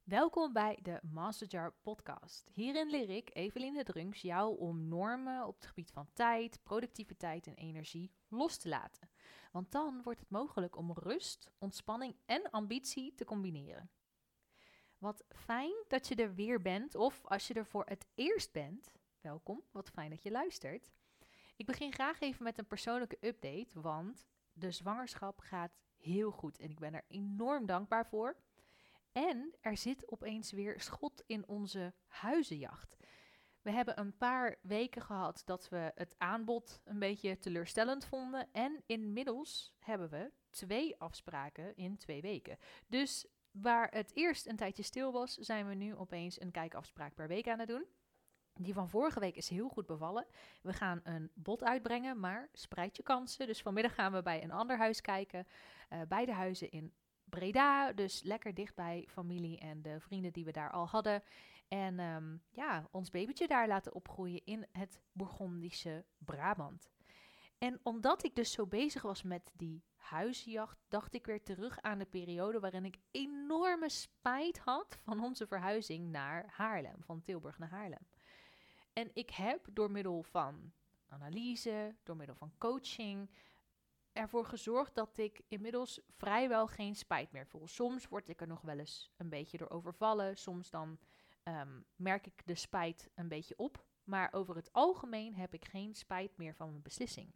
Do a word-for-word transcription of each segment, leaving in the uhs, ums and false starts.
Welkom bij de Masterjar podcast. Hierin leer ik, Eveline Drunks, jou om normen op het gebied van tijd, productiviteit en energie los te laten. Want dan wordt het mogelijk om rust, ontspanning en ambitie te combineren. Wat fijn dat je er weer bent, of als je er voor het eerst bent, welkom, wat fijn dat je luistert. Ik begin graag even met een persoonlijke update, want de zwangerschap gaat heel goed en ik ben er enorm dankbaar voor. En er zit opeens weer schot in onze huizenjacht. We hebben een paar weken gehad dat we het aanbod een beetje teleurstellend vonden. En inmiddels hebben we twee afspraken in twee weken. Dus waar het eerst een tijdje stil was, zijn we nu opeens een kijkafspraak per week aan het doen. Die van vorige week is heel goed bevallen. We gaan een bod uitbrengen, maar spreid je kansen. Dus vanmiddag gaan we bij een ander huis kijken. Uh, beide huizen in Breda, dus lekker dicht bij familie en de vrienden die we daar al hadden. En um, ja, ons babytje daar laten opgroeien in het Bourgondische Brabant. En omdat ik dus zo bezig was met die huizenjacht, dacht ik weer terug aan de periode waarin ik enorme spijt had van onze verhuizing naar Haarlem, van Tilburg naar Haarlem. En ik heb door middel van analyse, door middel van coaching, ervoor gezorgd dat ik inmiddels vrijwel geen spijt meer voel. Soms word ik er nog wel eens een beetje door overvallen. Soms dan um, merk ik de spijt een beetje op. Maar over het algemeen heb ik geen spijt meer van mijn beslissing.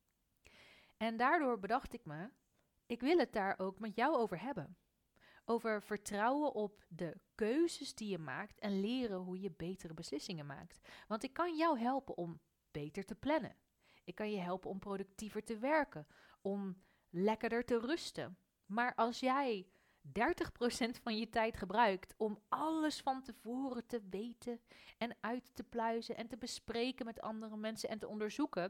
En daardoor bedacht ik me, ik wil het daar ook met jou over hebben. Over vertrouwen op de keuzes die je maakt en leren hoe je betere beslissingen maakt. Want ik kan jou helpen om beter te plannen. Ik kan je helpen om productiever te werken, om lekkerder te rusten. Maar als jij dertig procent van je tijd gebruikt om alles van tevoren te weten en uit te pluizen en te bespreken met andere mensen en te onderzoeken,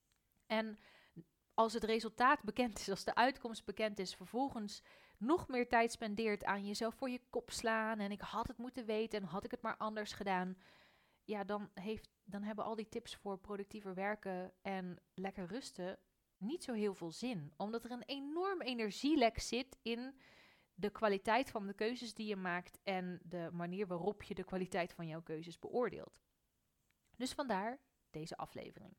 en als het resultaat bekend is, als de uitkomst bekend is, vervolgens nog meer tijd spendeert aan jezelf voor je kop slaan en ik had het moeten weten en had ik het maar anders gedaan, ja, dan, heeft, dan hebben al die tips voor productiever werken en lekker rusten niet zo heel veel zin. Omdat er een enorm energielek zit in de kwaliteit van de keuzes die je maakt en de manier waarop je de kwaliteit van jouw keuzes beoordeelt. Dus vandaar deze aflevering.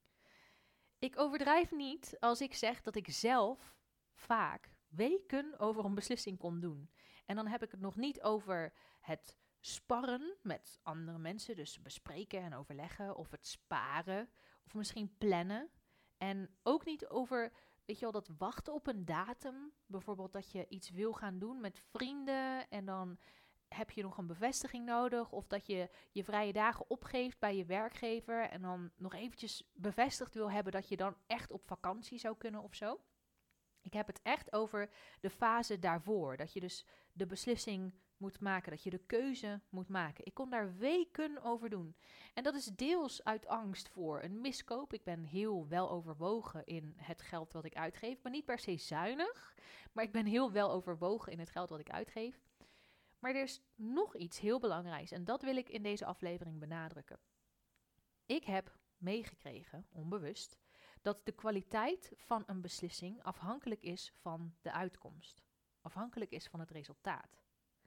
Ik overdrijf niet als ik zeg dat ik zelf vaak weken over een beslissing kon doen. En dan heb ik het nog niet over het sparren met andere mensen, dus bespreken en overleggen, of het sparen, of misschien plannen. En ook niet over, weet je wel, dat wachten op een datum. Bijvoorbeeld dat je iets wil gaan doen met vrienden en dan heb je nog een bevestiging nodig. Of dat je je vrije dagen opgeeft bij je werkgever en dan nog eventjes bevestigd wil hebben dat je dan echt op vakantie zou kunnen of zo. Ik heb het echt over de fase daarvoor. Dat je dus de beslissing moet maken, dat je de keuze moet maken. Ik kon daar weken over doen. En dat is deels uit angst voor een miskoop. Ik ben heel wel overwogen in het geld wat ik uitgeef. Ik ben niet per se zuinig, maar ik ben heel wel overwogen in het geld wat ik uitgeef. Maar er is nog iets heel belangrijks en dat wil ik in deze aflevering benadrukken. Ik heb meegekregen, onbewust, dat de kwaliteit van een beslissing afhankelijk is van de uitkomst. Afhankelijk is van het resultaat.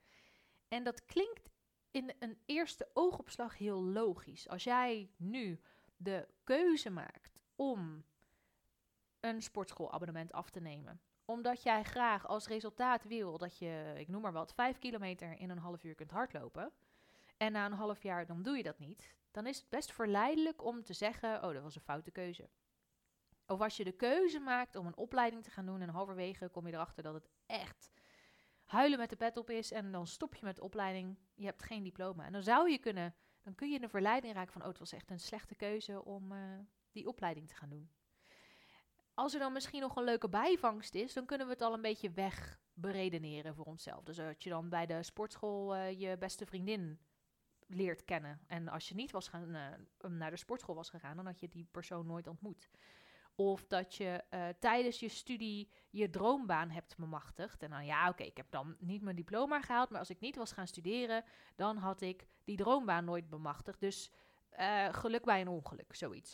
En dat klinkt in een eerste oogopslag heel logisch. Als jij nu de keuze maakt om een sportschoolabonnement af te nemen, omdat jij graag als resultaat wil dat je, ik noem maar wat, vijf kilometer in een half uur kunt hardlopen, en na een half jaar dan doe je dat niet, dan is het best verleidelijk om te zeggen, oh, dat was een foute keuze. Of als je de keuze maakt om een opleiding te gaan doen en halverwege kom je erachter dat het echt huilen met de pet op is en dan stop je met de opleiding, je hebt geen diploma. En dan zou je kunnen, dan kun je in de verleiding raken van, oh, het was echt een slechte keuze om uh, die opleiding te gaan doen. Als er dan misschien nog een leuke bijvangst is, dan kunnen we het al een beetje wegberedeneren voor onszelf. Dus dat je dan bij de sportschool uh, je beste vriendin leert kennen. En als je niet was gaan, uh, naar de sportschool was gegaan, dan had je die persoon nooit ontmoet. Of dat je uh, tijdens je studie je droombaan hebt bemachtigd. En dan, ja, oké, okay, ik heb dan niet mijn diploma gehaald, maar als ik niet was gaan studeren, dan had ik die droombaan nooit bemachtigd. Dus uh, geluk bij een ongeluk, zoiets.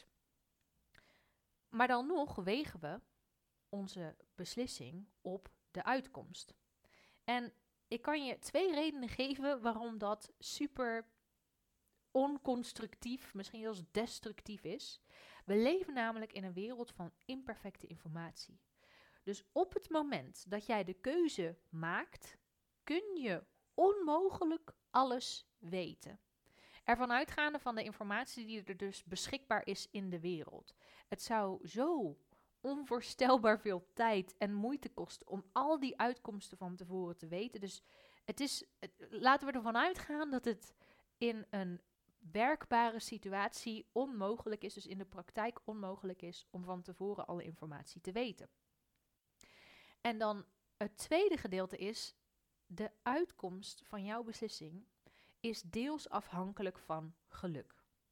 Maar dan nog wegen we onze beslissing op de uitkomst. En ik kan je twee redenen geven waarom dat super onconstructief, misschien zelfs destructief is. We leven namelijk in een wereld van imperfecte informatie. Dus op het moment dat jij de keuze maakt, kun je onmogelijk alles weten. Ervan uitgaande van de informatie die er dus beschikbaar is in de wereld. Het zou zo onvoorstelbaar veel tijd en moeite kosten om al die uitkomsten van tevoren te weten. Dus het is, het, laten we ervan uitgaan dat het in een werkbare situatie onmogelijk is, dus in de praktijk onmogelijk is om van tevoren alle informatie te weten. En dan het tweede gedeelte is, de uitkomst van jouw beslissing is deels afhankelijk van geluk.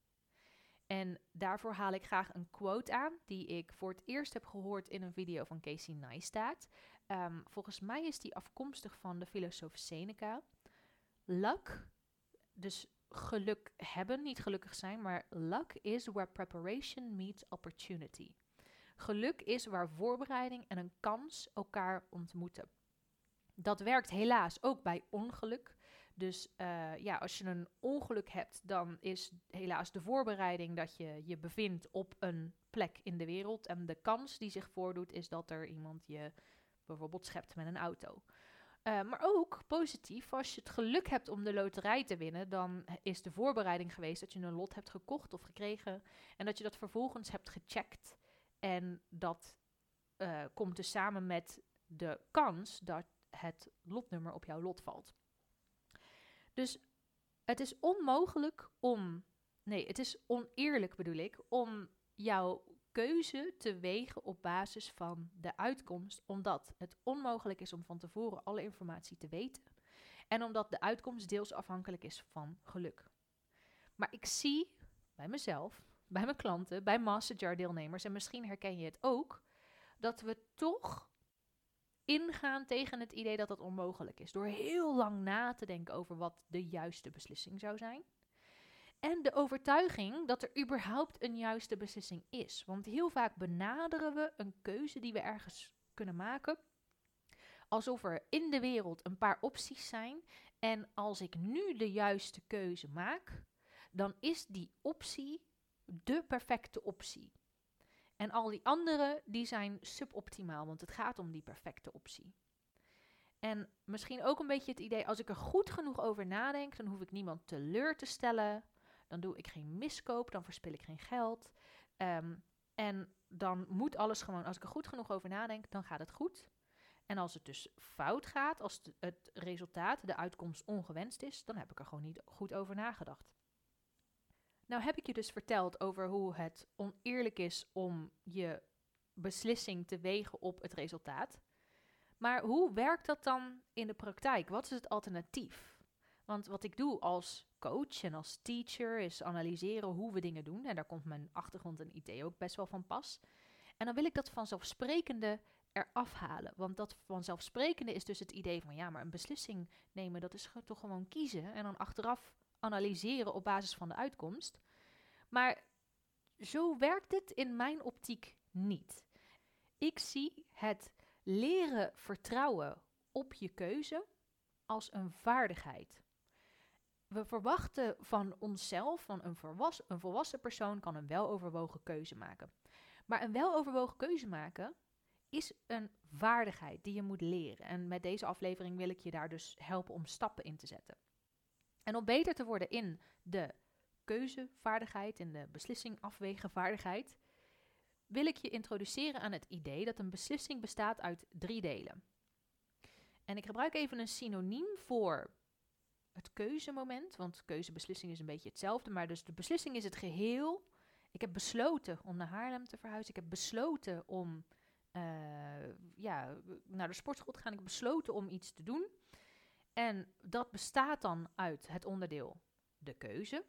En daarvoor haal ik graag een quote aan die ik voor het eerst heb gehoord in een video van Casey Neistat. Um, volgens mij is die afkomstig van de filosoof Seneca. Luck, dus geluk hebben, niet gelukkig zijn, maar luck is where preparation meets opportunity. Geluk is waar voorbereiding en een kans elkaar ontmoeten. Dat werkt helaas ook bij ongeluk. Dus uh, ja, als je een ongeluk hebt, dan is helaas de voorbereiding dat je je bevindt op een plek in de wereld. En de kans die zich voordoet is dat er iemand je bijvoorbeeld schept met een auto. Uh, maar ook positief, als je het geluk hebt om de loterij te winnen, dan is de voorbereiding geweest dat je een lot hebt gekocht of gekregen. En dat je dat vervolgens hebt gecheckt. En dat uh, komt dus samen met de kans dat het lotnummer op jouw lot valt. Dus het is onmogelijk om, nee, het is oneerlijk bedoel ik, om jouw keuze te wegen op basis van de uitkomst, omdat het onmogelijk is om van tevoren alle informatie te weten en omdat de uitkomst deels afhankelijk is van geluk. Maar ik zie bij mezelf, bij mijn klanten, bij Masterjar deelnemers, en misschien herken je het ook, dat we toch ingaan tegen het idee dat dat onmogelijk is. Door heel lang na te denken over wat de juiste beslissing zou zijn. En de overtuiging dat er überhaupt een juiste beslissing is. Want heel vaak benaderen we een keuze die we ergens kunnen maken alsof er in de wereld een paar opties zijn. En als ik nu de juiste keuze maak, dan is die optie de perfecte optie. En al die andere, die zijn suboptimaal, want het gaat om die perfecte optie. En misschien ook een beetje het idee, als ik er goed genoeg over nadenk, dan hoef ik niemand teleur te stellen. Dan doe ik geen miskoop, dan verspil ik geen geld. Um, en dan moet alles gewoon, als ik er goed genoeg over nadenk, dan gaat het goed. En als het dus fout gaat, als het resultaat, de uitkomst ongewenst is, dan heb ik er gewoon niet goed over nagedacht. Nou heb ik je dus verteld over hoe het oneerlijk is om je beslissing te wegen op het resultaat. Maar hoe werkt dat dan in de praktijk? Wat is het alternatief? Want wat ik doe als coach en als teacher is analyseren hoe we dingen doen. En daar komt mijn achtergrond en idee ook best wel van pas. En dan wil ik dat vanzelfsprekende eraf halen. Want dat vanzelfsprekende is dus het idee van ja, maar een beslissing nemen, dat is toch gewoon kiezen. En dan achteraf analyseren op basis van de uitkomst. Maar zo werkt het in mijn optiek niet. Ik zie het leren vertrouwen op je keuze als een vaardigheid. We verwachten van onszelf, van een, volwas, een volwassen persoon kan een weloverwogen keuze maken. Maar een weloverwogen keuze maken is een vaardigheid die je moet leren. En met deze aflevering wil ik je daar dus helpen om stappen in te zetten. En om beter te worden in de keuzevaardigheid, in de beslissing afwegen vaardigheid, wil ik je introduceren aan het idee dat een beslissing bestaat uit drie delen. En ik gebruik even een synoniem voor het keuzemoment, want keuzebeslissing is een beetje hetzelfde, maar dus de beslissing is het geheel. Ik heb besloten om naar Haarlem te verhuizen. Ik heb besloten om uh, ja, naar de sportschool te gaan. Ik heb besloten om iets te doen. En dat bestaat dan uit het onderdeel de keuze,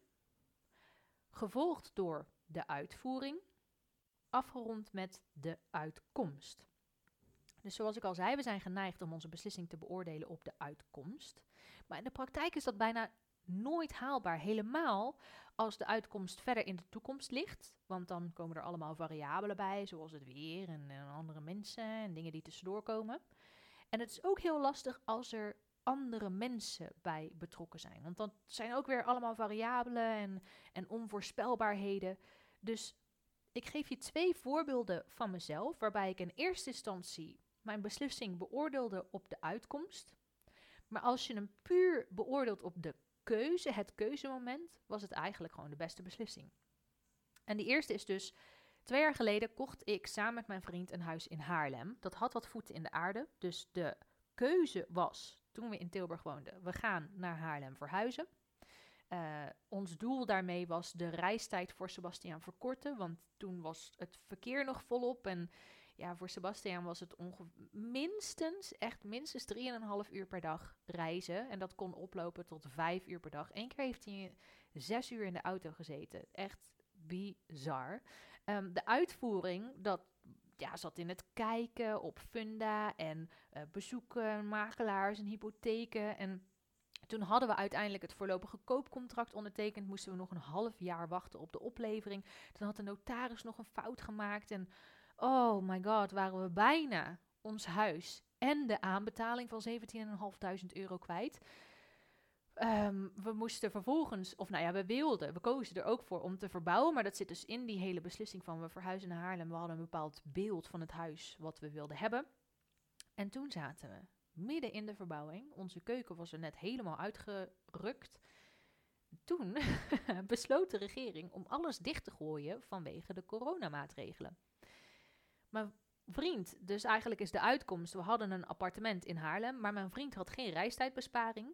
gevolgd door de uitvoering, afgerond met de uitkomst. Dus zoals ik al zei, we zijn geneigd om onze beslissing te beoordelen op de uitkomst. Maar in de praktijk is dat bijna nooit haalbaar. Helemaal als de uitkomst verder in de toekomst ligt. Want dan komen er allemaal variabelen bij, zoals het weer en, en andere mensen en dingen die tussendoor komen. En het is ook heel lastig als er andere mensen bij betrokken zijn. Want dat zijn ook weer allemaal variabelen en, en onvoorspelbaarheden. Dus ik geef je twee voorbeelden van mezelf, waarbij ik in eerste instantie mijn beslissing beoordeelde op de uitkomst. Maar als je hem puur beoordeelt op de keuze, het keuzemoment, was het eigenlijk gewoon de beste beslissing. En die eerste is dus, twee jaar geleden kocht ik samen met mijn vriend een huis in Haarlem. Dat had wat voeten in de aarde, dus de keuze was, toen we in Tilburg woonden, we gaan naar Haarlem verhuizen. Uh, ons doel daarmee was de reistijd voor Sebastiaan verkorten, want toen was het verkeer nog volop en ja, voor Sebastiaan was het onge- minstens, echt minstens drieënhalf uur per dag reizen. En dat kon oplopen tot vijf uur per dag. Eén keer heeft hij zes uur in de auto gezeten. Echt bizar. Um, de uitvoering, dat ja, zat in het kijken op funda en uh, bezoeken, makelaars en hypotheken. En toen hadden we uiteindelijk het voorlopige koopcontract ondertekend. Moesten we nog een half jaar wachten op de oplevering. Toen had de notaris nog een fout gemaakt en oh my god, waren we bijna ons huis en de aanbetaling van zeventienduizend vijfhonderd euro kwijt. Um, we moesten vervolgens, of nou ja, we wilden, we kozen er ook voor om te verbouwen. Maar dat zit dus in die hele beslissing van we verhuizen naar Haarlem. We hadden een bepaald beeld van het huis wat we wilden hebben. En toen zaten we midden in de verbouwing. Onze keuken was er net helemaal uitgerukt. Toen besloot de regering om alles dicht te gooien vanwege de coronamaatregelen. Mijn vriend, dus eigenlijk is de uitkomst, we hadden een appartement in Haarlem, maar mijn vriend had geen reistijdbesparing.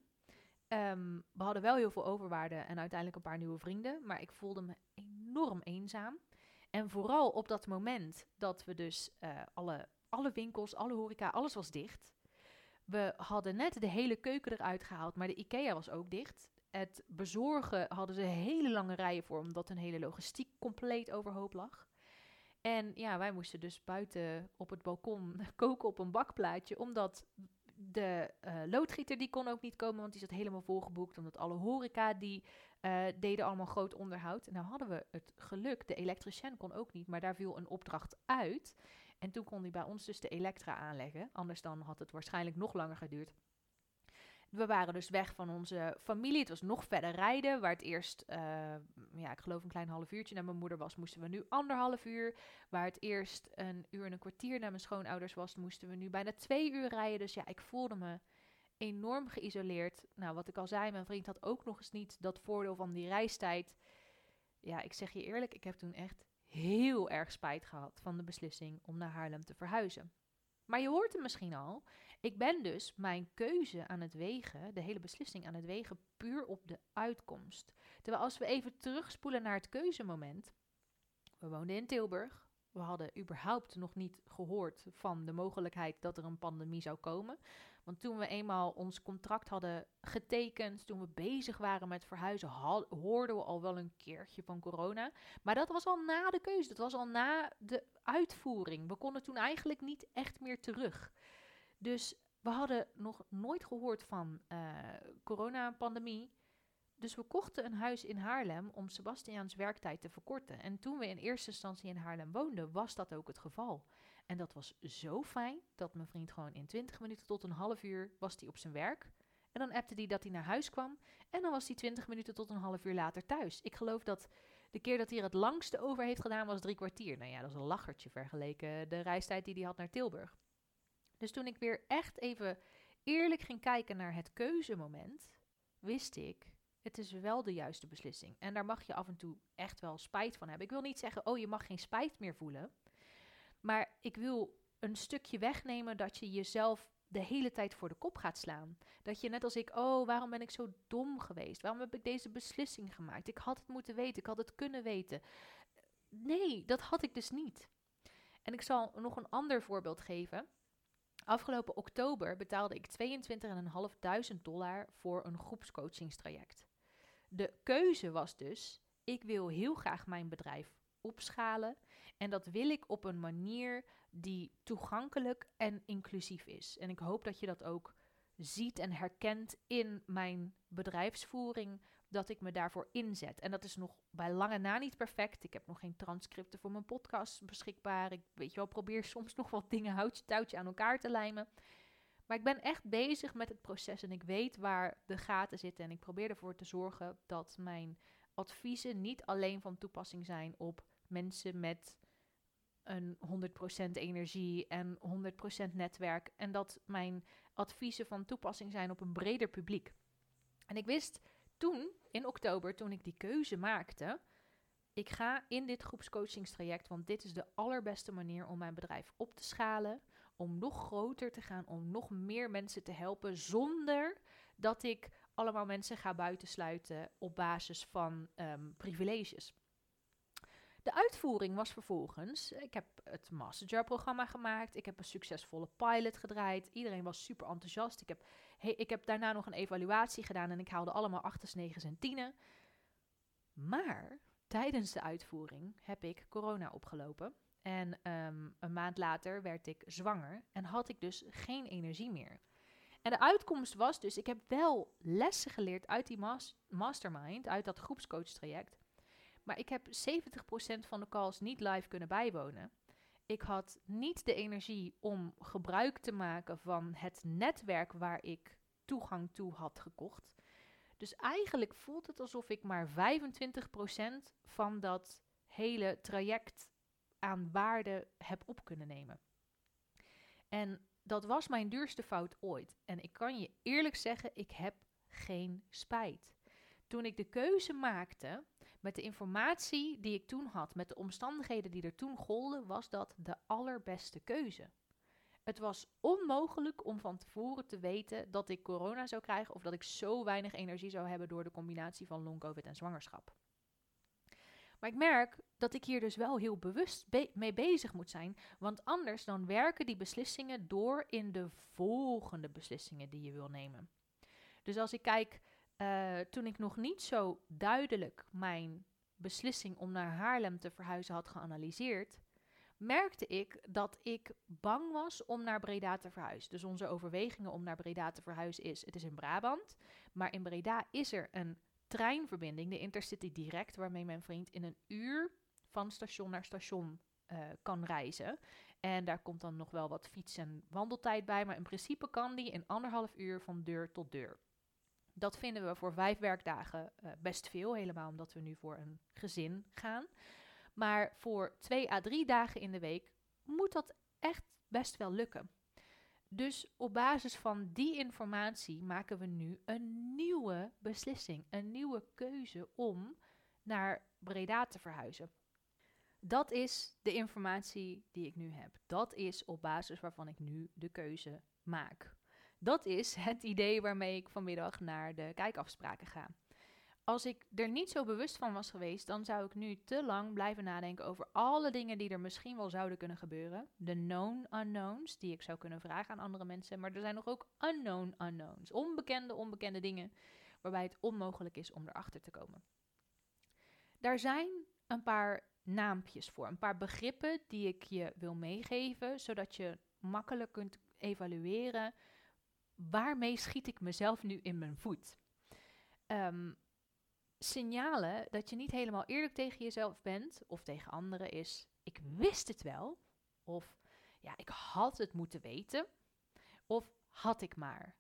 Um, we hadden wel heel veel overwaarde en uiteindelijk een paar nieuwe vrienden, maar ik voelde me enorm eenzaam. En vooral op dat moment dat we dus uh, alle, alle winkels, alle horeca, alles was dicht. We hadden net de hele keuken eruit gehaald, maar de IKEA was ook dicht. Het bezorgen hadden ze hele lange rijen voor, omdat hun hele logistiek compleet overhoop lag. En ja, wij moesten dus buiten op het balkon koken op een bakplaatje, omdat de uh, loodgieter die kon ook niet komen, want die zat helemaal volgeboekt, omdat alle horeca die uh, deden allemaal groot onderhoud. En nou hadden we het geluk, de elektricien kon ook niet, maar daar viel een opdracht uit. En toen kon hij bij ons dus de elektra aanleggen, anders dan had het waarschijnlijk nog langer geduurd. We waren dus weg van onze familie. Het was nog verder rijden. Waar het eerst, uh, ja, ik geloof een klein half uurtje naar mijn moeder was, moesten we nu anderhalf uur. Waar het eerst een uur en een kwartier naar mijn schoonouders was, moesten we nu bijna twee uur rijden. Dus ja, ik voelde me enorm geïsoleerd. Nou, wat ik al zei, mijn vriend had ook nog eens niet dat voordeel van die reistijd. Ja, ik zeg je eerlijk, ik heb toen echt heel erg spijt gehad van de beslissing om naar Haarlem te verhuizen. Maar je hoort het misschien al. Ik ben dus mijn keuze aan het wegen, de hele beslissing aan het wegen, puur op de uitkomst. Terwijl als we even terugspoelen naar het keuzemoment. We woonden in Tilburg. We hadden überhaupt nog niet gehoord van de mogelijkheid dat er een pandemie zou komen. Want toen we eenmaal ons contract hadden getekend, toen we bezig waren met verhuizen, had, hoorden we al wel een keertje van corona. Maar dat was al na de keuze, dat was al na de uitvoering. We konden toen eigenlijk niet echt meer terug. Dus we hadden nog nooit gehoord van uh, coronapandemie. Dus we kochten een huis in Haarlem om Sebastiaans werktijd te verkorten. En toen we in eerste instantie in Haarlem woonden, was dat ook het geval. En dat was zo fijn dat mijn vriend gewoon in twintig minuten tot een half uur was hij op zijn werk. En dan appte hij dat hij naar huis kwam. En dan was hij twintig minuten tot een half uur later thuis. Ik geloof dat de keer dat hij er het langste over heeft gedaan was drie kwartier. Nou ja, dat is een lachertje vergeleken de reistijd die hij had naar Tilburg. Dus toen ik weer echt even eerlijk ging kijken naar het keuzemoment, wist ik, het is wel de juiste beslissing. En daar mag je af en toe echt wel spijt van hebben. Ik wil niet zeggen, oh, je mag geen spijt meer voelen. Maar ik wil een stukje wegnemen dat je jezelf de hele tijd voor de kop gaat slaan. Dat je net als ik, oh, waarom ben ik zo dom geweest? Waarom heb ik deze beslissing gemaakt? Ik had het moeten weten, ik had het kunnen weten. Nee, dat had ik dus niet. En ik zal nog een ander voorbeeld geven. Afgelopen oktober betaalde ik tweeëntwintigduizend dollar voor een groepscoachingstraject. De keuze was dus, ik wil heel graag mijn bedrijf opschalen. En dat wil ik op een manier die toegankelijk en inclusief is. En ik hoop dat je dat ook ziet en herkent in mijn bedrijfsvoering, dat ik me daarvoor inzet. En dat is nog bij lange na niet perfect. Ik heb nog geen transcripten voor mijn podcast beschikbaar. Ik weet je wel, probeer soms nog wat dingen houtje touwtje aan elkaar te lijmen. Maar ik ben echt bezig met het proces en ik weet waar de gaten zitten. En ik probeer ervoor te zorgen dat mijn adviezen niet alleen van toepassing zijn op mensen met een honderd procent energie en honderd procent netwerk. En dat mijn adviezen van toepassing zijn op een breder publiek. En ik wist toen, in oktober, toen ik die keuze maakte, ik ga in dit groepscoachingstraject, want dit is de allerbeste manier om mijn bedrijf op te schalen, om nog groter te gaan, om nog meer mensen te helpen, zonder dat ik allemaal mensen ga buitensluiten op basis van um, privileges. De uitvoering was vervolgens, ik heb het Masterjar-programma gemaakt, ik heb een succesvolle pilot gedraaid, iedereen was super enthousiast. Ik heb, hey, ik heb daarna nog een evaluatie gedaan en ik haalde allemaal achters, negens en tienen. Maar tijdens de uitvoering heb ik corona opgelopen en um, een maand later werd ik zwanger en had ik dus geen energie meer. En de uitkomst was dus, ik heb wel lessen geleerd uit die mas- mastermind, uit dat groepscoach-traject. Maar ik heb zeventig procent van de calls niet live kunnen bijwonen. Ik had niet de energie om gebruik te maken van het netwerk waar ik toegang toe had gekocht. Dus eigenlijk voelt het alsof ik maar vijfentwintig procent van dat hele traject aan waarde heb op kunnen nemen. En dat was mijn duurste fout ooit. En ik kan je eerlijk zeggen, ik heb geen spijt. Toen ik de keuze maakte, met de informatie die ik toen had, met de omstandigheden die er toen golden, was dat de allerbeste keuze. Het was onmogelijk om van tevoren te weten dat ik corona zou krijgen of dat ik zo weinig energie zou hebben door de combinatie van long-covid en zwangerschap. Maar ik merk dat ik hier dus wel heel bewust be- mee bezig moet zijn, want anders dan werken die beslissingen door in de volgende beslissingen die je wil nemen. Dus als ik kijk, uh, toen ik nog niet zo duidelijk mijn beslissing om naar Haarlem te verhuizen had geanalyseerd, merkte ik dat ik bang was om naar Breda te verhuizen. Dus onze overwegingen om naar Breda te verhuizen is, het is in Brabant, maar in Breda is er een treinverbinding, de Intercity Direct, waarmee mijn vriend in een uur van station naar station uh, kan reizen. En daar komt dan nog wel wat fiets- en wandeltijd bij, maar in principe kan die in anderhalf uur van deur tot deur. Dat vinden we voor vijf werkdagen uh, best veel, helemaal omdat we nu voor een gezin gaan. Maar voor twee à drie dagen in de week moet dat echt best wel lukken. Dus op basis van die informatie maken we nu een nieuwe beslissing, een nieuwe keuze om naar Breda te verhuizen. Dat is de informatie die ik nu heb. Dat is op basis waarvan ik nu de keuze maak. Dat is het idee waarmee ik vanmiddag naar de kijkafspraken ga. Als ik er niet zo bewust van was geweest, dan zou ik nu te lang blijven nadenken over alle dingen die er misschien wel zouden kunnen gebeuren. De known unknowns, die ik zou kunnen vragen aan andere mensen. Maar er zijn nog ook unknown unknowns. Onbekende, onbekende dingen, waarbij het onmogelijk is om erachter te komen. Daar zijn een paar naampjes voor, een paar begrippen die ik je wil meegeven, zodat je makkelijk kunt evalueren, waarmee schiet ik mezelf nu in mijn voet? Um, signalen dat je niet helemaal eerlijk tegen jezelf bent of tegen anderen is, ik wist het wel, of ja, ik had het moeten weten, of had ik maar.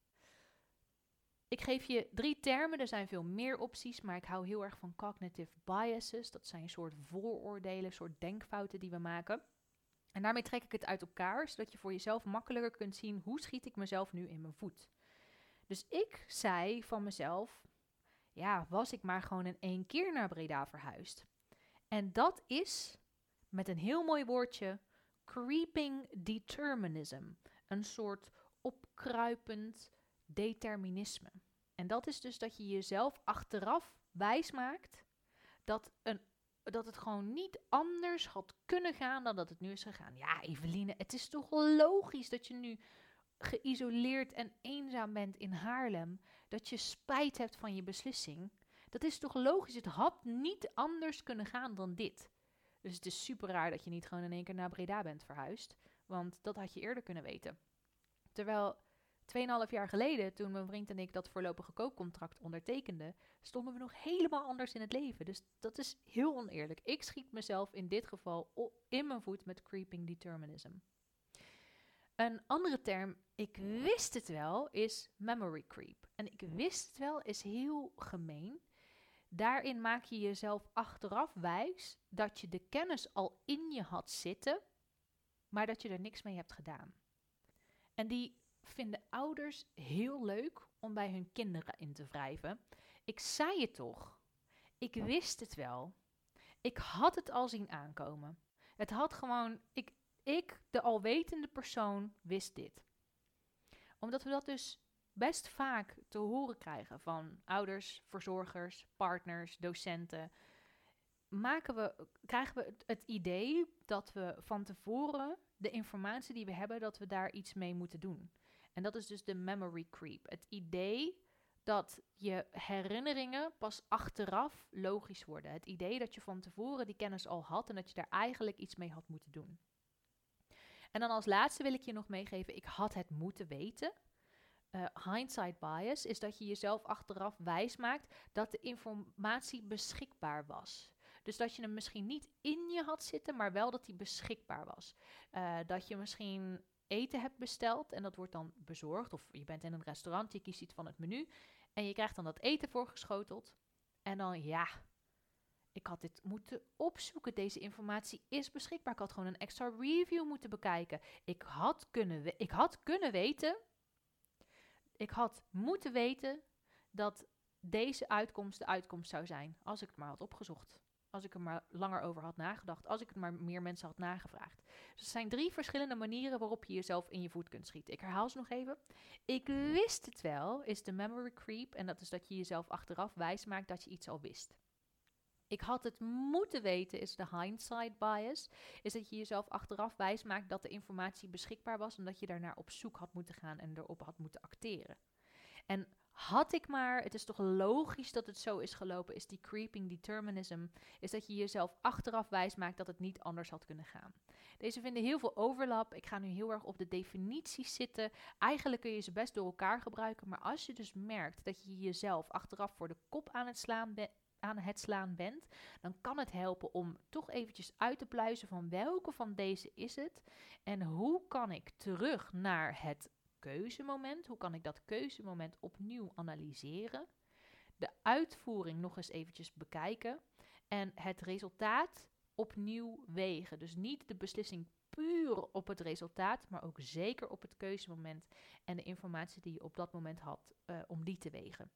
Ik geef je drie termen, er zijn veel meer opties, maar ik hou heel erg van cognitive biases. Dat zijn een soort vooroordelen, soort denkfouten die we maken. En daarmee trek ik het uit elkaar, zodat je voor jezelf makkelijker kunt zien, hoe schiet ik mezelf nu in mijn voet. Dus ik zei van mezelf, ja, was ik maar gewoon in één keer naar Breda verhuisd. En dat is, met een heel mooi woordje, creeping determinism. Een soort opkruipend determinisme. En dat is dus dat je jezelf achteraf wijsmaakt dat, een, dat het gewoon niet anders had kunnen gaan dan dat het nu is gegaan. Ja, Eveline, het is toch logisch dat je nu geïsoleerd en eenzaam bent in Haarlem, dat je spijt hebt van je beslissing. Dat is toch logisch? Het had niet anders kunnen gaan dan dit. Dus het is super raar dat je niet gewoon in één keer naar Breda bent verhuisd, want dat had je eerder kunnen weten. Terwijl tweeënhalf jaar geleden, toen mijn vriend en ik dat voorlopige koopcontract ondertekenden, stonden we nog helemaal anders in het leven. Dus dat is heel oneerlijk. Ik schiet mezelf in dit geval in mijn voet met creeping determinism. Een andere term, ik wist het wel, is memory creep. En ik wist het wel is heel gemeen. Daarin maak je jezelf achteraf wijs dat je de kennis al in je had zitten, maar dat je er niks mee hebt gedaan. En die vinden ouders heel leuk om bij hun kinderen in te wrijven. Ik zei het toch. Ik wist het wel. Ik had het al zien aankomen. Het had gewoon, ik, ik, de alwetende persoon, wist dit. Omdat we dat dus best vaak te horen krijgen van ouders, verzorgers, partners, docenten, maken we, krijgen we het, het idee dat we van tevoren de informatie die we hebben, dat we daar iets mee moeten doen. En dat is dus de memory creep. Het idee dat je herinneringen pas achteraf logisch worden. Het idee dat je van tevoren die kennis al had en dat je daar eigenlijk iets mee had moeten doen. En dan als laatste wil ik je nog meegeven, ik had het moeten weten. Uh, hindsight bias is dat je jezelf achteraf wijs maakt dat de informatie beschikbaar was. Dus dat je hem misschien niet in je had zitten, maar wel dat die beschikbaar was. Uh, dat je misschien eten hebt besteld en dat wordt dan bezorgd. Of je bent in een restaurant, je kiest iets van het menu en je krijgt dan dat eten voorgeschoteld. En dan ja, ik had dit moeten opzoeken. Deze informatie is beschikbaar. Ik had gewoon een extra review moeten bekijken. Ik had kunnen, we- ik had kunnen weten... Ik had moeten weten dat deze uitkomst de uitkomst zou zijn. Als ik het maar had opgezocht. Als ik er maar langer over had nagedacht. Als ik het maar meer mensen had nagevraagd. Dus er zijn drie verschillende manieren waarop je jezelf in je voet kunt schieten. Ik herhaal ze nog even. Ik wist het wel, is de memory creep. En dat is dat je jezelf achteraf wijs maakt dat je iets al wist. Ik had het moeten weten, is de hindsight bias. Is dat je jezelf achteraf wijs maakt dat de informatie beschikbaar was en dat je daarnaar op zoek had moeten gaan en erop had moeten acteren. En had ik maar, het is toch logisch dat het zo is gelopen, is die creeping determinism, is dat je jezelf achteraf wijs maakt dat het niet anders had kunnen gaan. Deze vinden heel veel overlap. Ik ga nu heel erg op de definities zitten. Eigenlijk kun je ze best door elkaar gebruiken, maar als je dus merkt dat je jezelf achteraf voor de kop aan het slaan bent, aan het slaan bent, dan kan het helpen om toch eventjes uit te pluizen van welke van deze is het en hoe kan ik terug naar het keuzemoment, hoe kan ik dat keuzemoment opnieuw analyseren, de uitvoering nog eens eventjes bekijken en het resultaat opnieuw wegen. Dus niet de beslissing puur op het resultaat, maar ook zeker op het keuzemoment en de informatie die je op dat moment had uh, om die te wegen.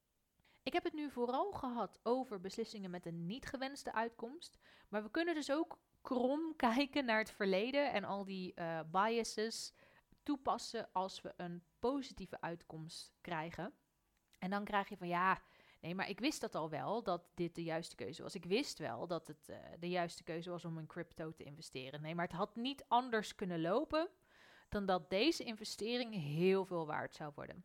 Ik heb het nu vooral gehad over beslissingen met een niet gewenste uitkomst. Maar we kunnen dus ook krom kijken naar het verleden en al die uh, biases toepassen als we een positieve uitkomst krijgen. En dan krijg je van ja, nee, maar ik wist dat al wel, dat dit de juiste keuze was. Ik wist wel dat het uh, de juiste keuze was om in crypto te investeren. Nee, maar het had niet anders kunnen lopen dan dat deze investering heel veel waard zou worden.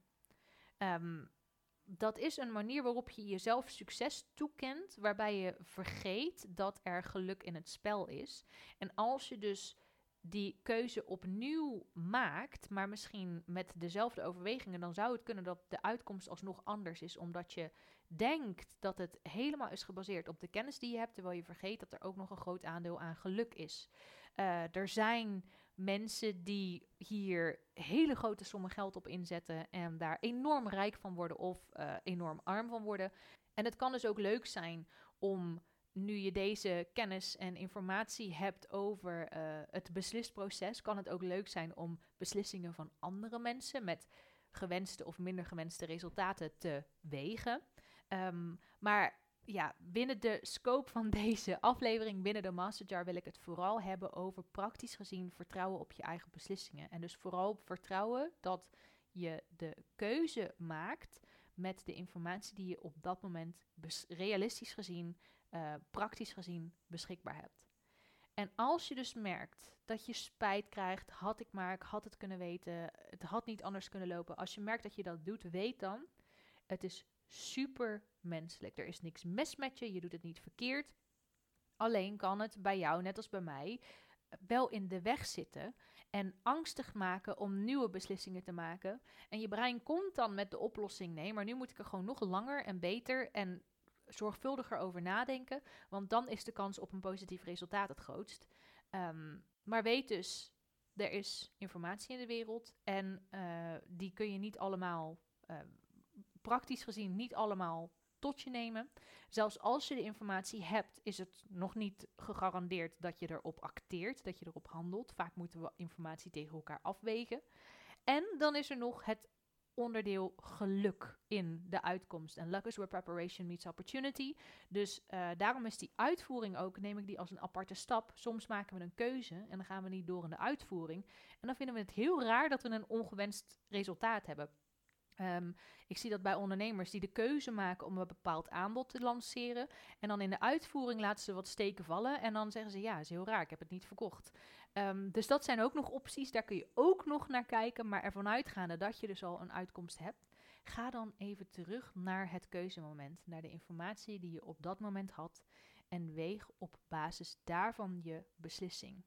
Um, Dat is een manier waarop je jezelf succes toekent, waarbij je vergeet dat er geluk in het spel is. En als je dus die keuze opnieuw maakt, maar misschien met dezelfde overwegingen, dan zou het kunnen dat de uitkomst alsnog anders is, omdat je denkt dat het helemaal is gebaseerd op de kennis die je hebt, terwijl je vergeet dat er ook nog een groot aandeel aan geluk is. Uh, er zijn mensen die hier hele grote sommen geld op inzetten en daar enorm rijk van worden of uh, enorm arm van worden. En het kan dus ook leuk zijn om, nu je deze kennis en informatie hebt over uh, het beslisproces, kan het ook leuk zijn om beslissingen van andere mensen met gewenste of minder gewenste resultaten te wegen. Um, maar ja, binnen de scope van deze aflevering, binnen de Masterjar, wil ik het vooral hebben over praktisch gezien vertrouwen op je eigen beslissingen. En dus vooral vertrouwen dat je de keuze maakt met de informatie die je op dat moment bes- realistisch gezien, uh, praktisch gezien beschikbaar hebt. En als je dus merkt dat je spijt krijgt, had ik maar, ik had het kunnen weten, het had niet anders kunnen lopen. Als je merkt dat je dat doet, weet dan, het is super menselijk. Er is niks mis met je, je doet het niet verkeerd. Alleen kan het bij jou, net als bij mij, wel in de weg zitten en angstig maken om nieuwe beslissingen te maken. En je brein komt dan met de oplossing, nee, maar nu moet ik er gewoon nog langer en beter en zorgvuldiger over nadenken, want dan is de kans op een positief resultaat het grootst. Um, maar weet dus er is informatie in de wereld en uh, die kun je niet allemaal, uh, praktisch gezien, niet allemaal tot je nemen. Zelfs als je de informatie hebt, is het nog niet gegarandeerd dat je erop acteert, dat je erop handelt. Vaak moeten we informatie tegen elkaar afwegen. En dan is er nog het onderdeel geluk in de uitkomst. En luck is where preparation meets opportunity. Dus uh, daarom is die uitvoering ook, neem ik die als een aparte stap. Soms maken we een keuze en dan gaan we niet door in de uitvoering. En dan vinden we het heel raar dat we een ongewenst resultaat hebben. Um, ik zie dat bij ondernemers die de keuze maken om een bepaald aanbod te lanceren. En dan in de uitvoering laten ze wat steken vallen. En dan zeggen ze, ja, is heel raar, ik heb het niet verkocht. Um, dus dat zijn ook nog opties, daar kun je ook nog naar kijken. Maar ervan uitgaande dat je dus al een uitkomst hebt, ga dan even terug naar het keuzemoment. Naar de informatie die je op dat moment had. En weeg op basis daarvan je beslissing.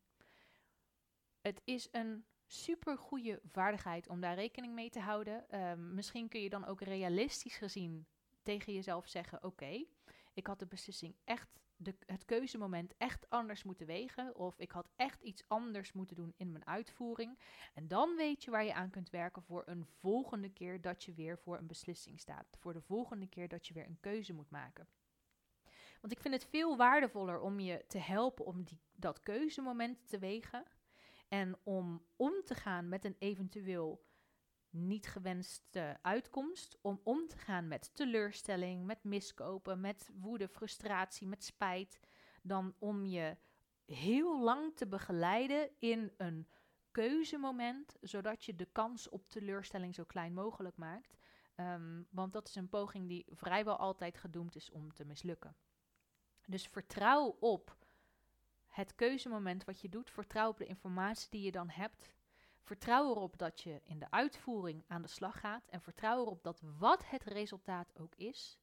Het is een super goede vaardigheid om daar rekening mee te houden. Um, misschien kun je dan ook realistisch gezien tegen jezelf zeggen, oké, okay, ik had de beslissing echt, de, het keuzemoment echt anders moeten wegen. Of ik had echt iets anders moeten doen in mijn uitvoering. En dan weet je waar je aan kunt werken voor een volgende keer dat je weer voor een beslissing staat. Voor de volgende keer dat je weer een keuze moet maken. Want ik vind het veel waardevoller om je te helpen om die, dat keuzemoment te wegen. En om om te gaan met een eventueel niet gewenste uitkomst. Om om te gaan met teleurstelling, met miskopen, met woede, frustratie, met spijt. Dan om je heel lang te begeleiden in een keuzemoment. Zodat je de kans op teleurstelling zo klein mogelijk maakt. Um, want dat is een poging die vrijwel altijd gedoemd is om te mislukken. Dus vertrouw op het keuzemoment wat je doet, vertrouw op de informatie die je dan hebt. Vertrouw erop dat je in de uitvoering aan de slag gaat. En vertrouw erop dat wat het resultaat ook is,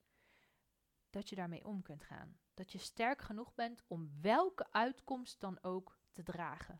dat je daarmee om kunt gaan. Dat je sterk genoeg bent om welke uitkomst dan ook te dragen.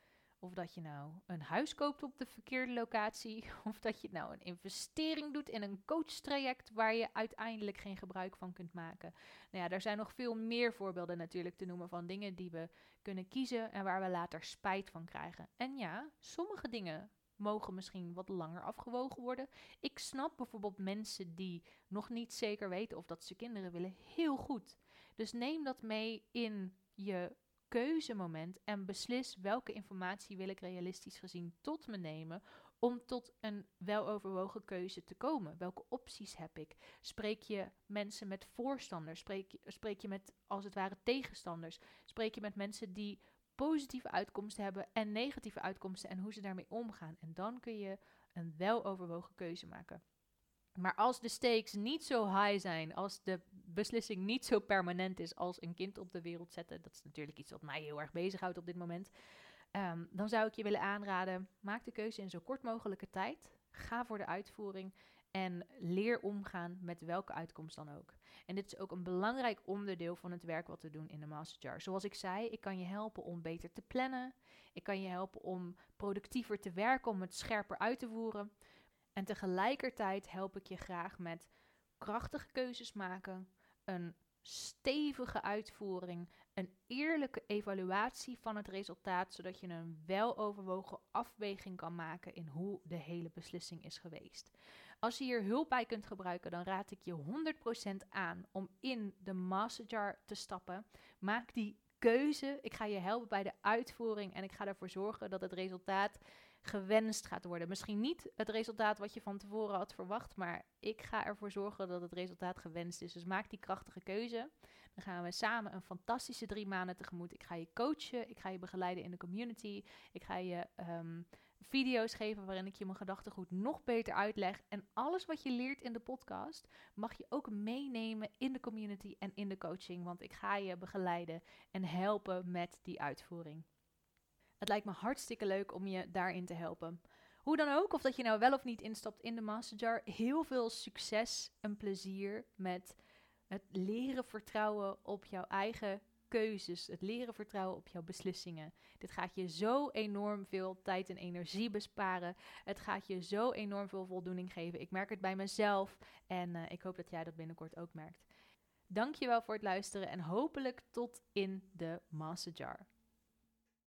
Of dat je nou een huis koopt op de verkeerde locatie. Of dat je nou een investering doet in een coachtraject waar je uiteindelijk geen gebruik van kunt maken. Nou ja, er zijn nog veel meer voorbeelden natuurlijk te noemen van dingen die we kunnen kiezen en waar we later spijt van krijgen. En ja, sommige dingen mogen misschien wat langer afgewogen worden. Ik snap bijvoorbeeld mensen die nog niet zeker weten of dat ze kinderen willen heel goed. Dus neem dat mee in je keuzemoment en beslis welke informatie wil ik realistisch gezien tot me nemen om tot een weloverwogen keuze te komen. Welke opties heb ik? Spreek je mensen met voorstanders? Spreek je, spreek je met als het ware tegenstanders? Spreek je met mensen die positieve uitkomsten hebben en negatieve uitkomsten en hoe ze daarmee omgaan? En dan kun je een weloverwogen keuze maken. Maar als de stakes niet zo high zijn, als de beslissing niet zo permanent is als een kind op de wereld zetten, dat is natuurlijk iets wat mij heel erg bezighoudt op dit moment, um, dan zou ik je willen aanraden, maak de keuze in zo kort mogelijke tijd, ga voor de uitvoering en leer omgaan met welke uitkomst dan ook. En dit is ook een belangrijk onderdeel van het werk wat we doen in de Masterjar. Zoals ik zei, ik kan je helpen om beter te plannen, ik kan je helpen om productiever te werken, om het scherper uit te voeren. En tegelijkertijd help ik je graag met krachtige keuzes maken, een stevige uitvoering, een eerlijke evaluatie van het resultaat, zodat je een weloverwogen afweging kan maken in hoe de hele beslissing is geweest. Als je hier hulp bij kunt gebruiken, dan raad ik je honderd procent aan om in de Masterjar te stappen. Maak die keuze. Ik ga je helpen bij de uitvoering en ik ga ervoor zorgen dat het resultaat gewenst gaat worden. Misschien niet het resultaat wat je van tevoren had verwacht, maar ik ga ervoor zorgen dat het resultaat gewenst is. Dus maak die krachtige keuze. Dan gaan we samen een fantastische drie maanden tegemoet. Ik ga je coachen, ik ga je begeleiden in de community, ik ga je um, video's geven waarin ik je mijn gedachtegoed nog beter uitleg. En alles wat je leert in de podcast mag je ook meenemen in de community en in de coaching, want ik ga je begeleiden en helpen met die uitvoering. Het lijkt me hartstikke leuk om je daarin te helpen. Hoe dan ook, of dat je nou wel of niet instapt in de Masterjar, heel veel succes en plezier met het leren vertrouwen op jouw eigen keuzes. Het leren vertrouwen op jouw beslissingen. Dit gaat je zo enorm veel tijd en energie besparen. Het gaat je zo enorm veel voldoening geven. Ik merk het bij mezelf en uh, ik hoop dat jij dat binnenkort ook merkt. Dankjewel voor het luisteren en hopelijk tot in de Masterjar.